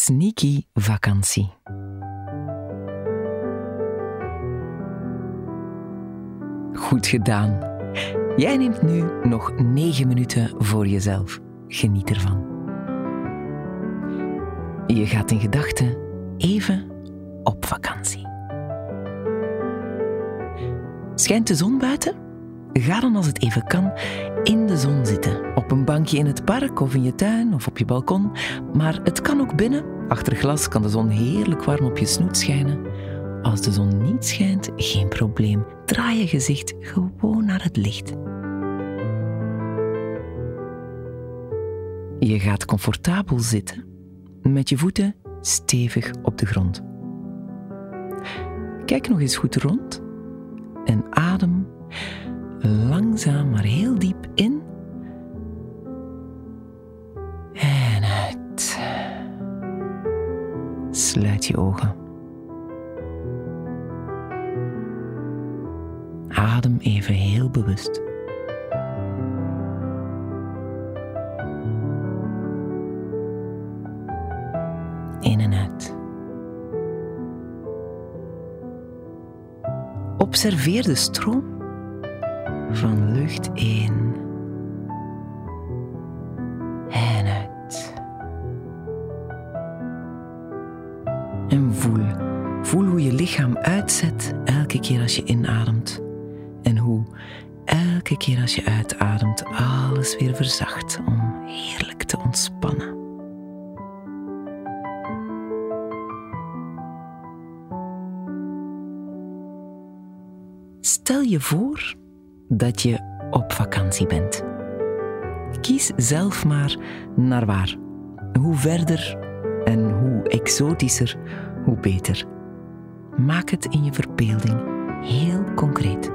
Sneaky vakantie. Goed gedaan. Jij neemt nu nog 9 minuten voor jezelf. Geniet ervan. Je gaat in gedachten even op vakantie. Schijnt de zon buiten? Ga dan als het even kan in de zon zitten. Op een bankje in het park of in je tuin of op je balkon. Maar het kan ook binnen. Achter glas kan de zon heerlijk warm op je snoet schijnen. Als de zon niet schijnt, geen probleem. Draai je gezicht gewoon naar het licht. Je gaat comfortabel zitten, met je voeten stevig op de grond. Kijk nog eens goed rond en adem langzaam maar heel diep in en uit. Sluit je ogen. Adem even heel bewust. In en uit. Observeer de stroom van lucht in en uit. En voel hoe je lichaam uitzet elke keer als je inademt. En hoe elke keer als je uitademt alles weer verzacht om heerlijk te ontspannen. Stel je voor dat je op vakantie bent. Kies zelf maar naar waar. Hoe verder en hoe exotischer, hoe beter. Maak het in je verbeelding heel concreet.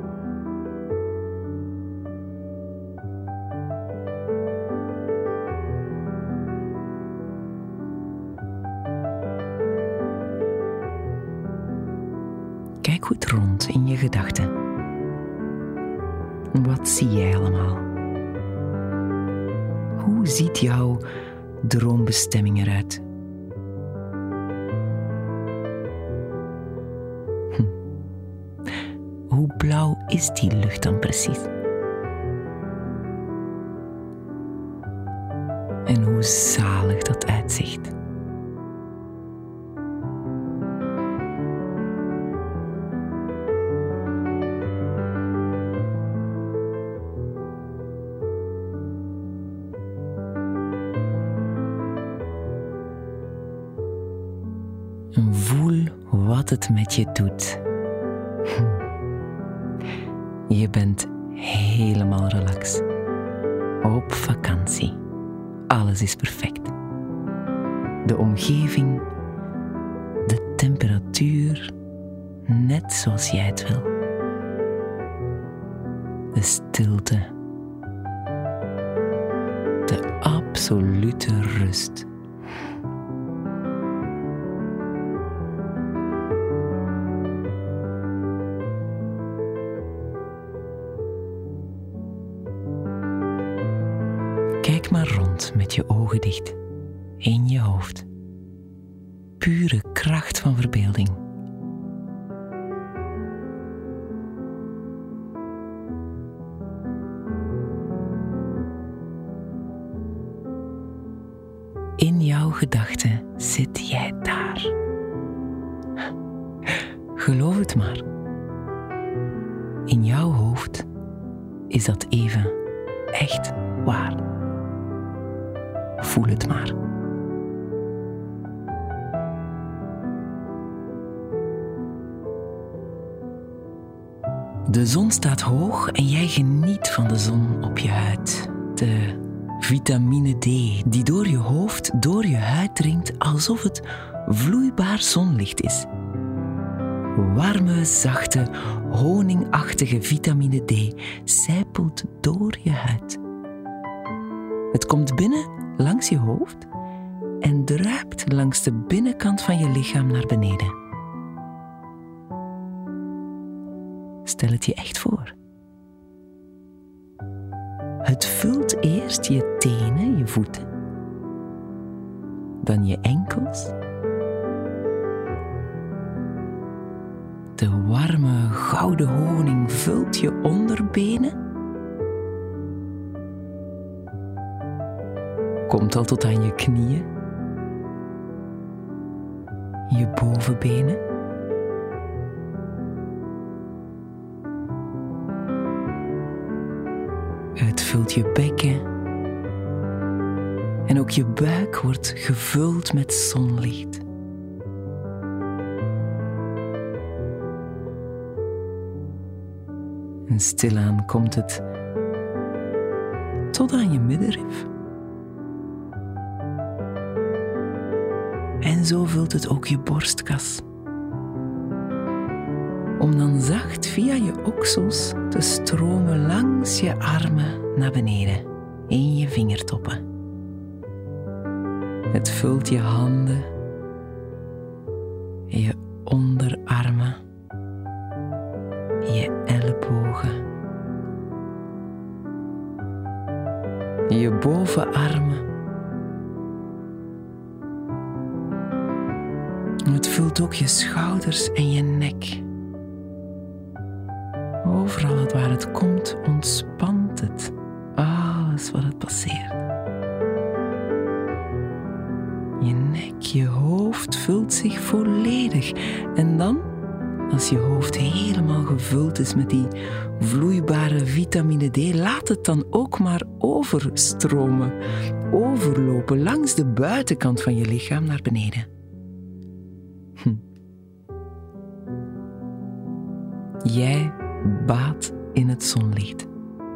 Kijk goed rond in je gedachten. Wat zie jij allemaal? Hoe ziet jouw droombestemming eruit? Hoe blauw is die lucht dan precies? En hoe zalig dat uitzicht. En voel wat het met je doet. Je bent helemaal relax. Op vakantie. Alles is perfect. De omgeving, de temperatuur, net zoals jij het wil. De stilte. De absolute rust. Kijk maar rond met je ogen dicht, in je hoofd. Pure kracht van verbeelding. In jouw gedachten zit jij daar. Geloof het maar. In jouw hoofd is dat even echt waar. Voel het maar. De zon staat hoog en jij geniet van de zon op je huid. De vitamine D die door je hoofd, door je huid dringt alsof het vloeibaar zonlicht is. Warme, zachte, honingachtige vitamine D sijpelt door je huid. Het komt binnen langs je hoofd en druipt langs de binnenkant van je lichaam naar beneden. Stel het je echt voor. Het vult eerst je tenen, je voeten. dan je enkels. De warme gouden honing vult je onderbenen. Komt al tot aan je knieën. Je bovenbenen. Het vult je bekken. En ook je buik wordt gevuld met zonlicht. En stilaan komt het tot aan je middenrif. En zo vult het ook je borstkas. Om dan zacht via je oksels te stromen langs je armen naar beneden, in je vingertoppen. Het vult je handen, je onderarmen, je ellebogen, je bovenarmen. Het vult ook je schouders en je nek. Overal waar het komt, ontspant het. Alles wat het passeert. Je nek, je hoofd vult zich volledig. En dan, als je hoofd helemaal gevuld is met die vloeibare vitamine D, laat het dan ook maar overstromen, overlopen langs de buitenkant van je lichaam naar beneden. Jij baadt in het zonlicht.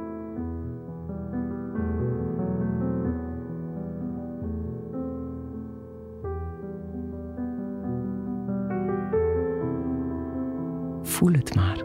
Voel het maar.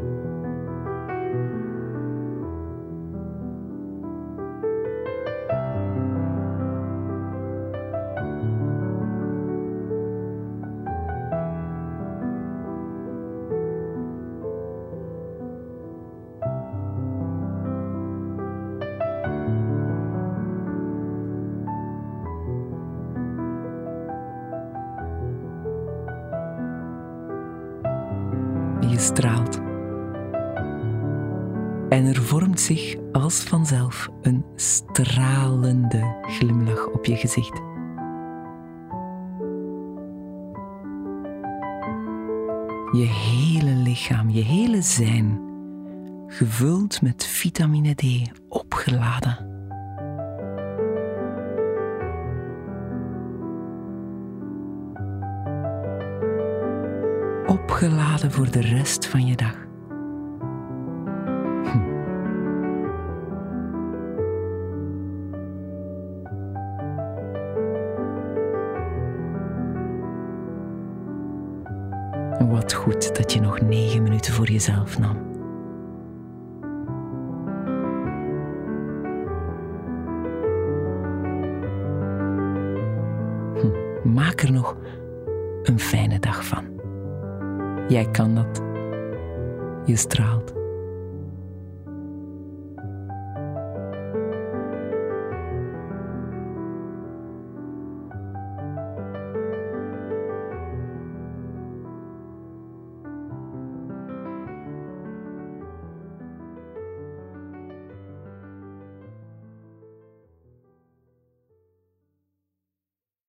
Je straalt. En er vormt zich als vanzelf een stralende glimlach op je gezicht. Je hele lichaam, je hele zijn, gevuld met vitamine D, opgeladen. Opgeladen voor de rest van je dag. Wat goed dat je nog 9 minuten voor jezelf nam. Maak er nog een fijne dag van. Jij kan dat. Je straalt.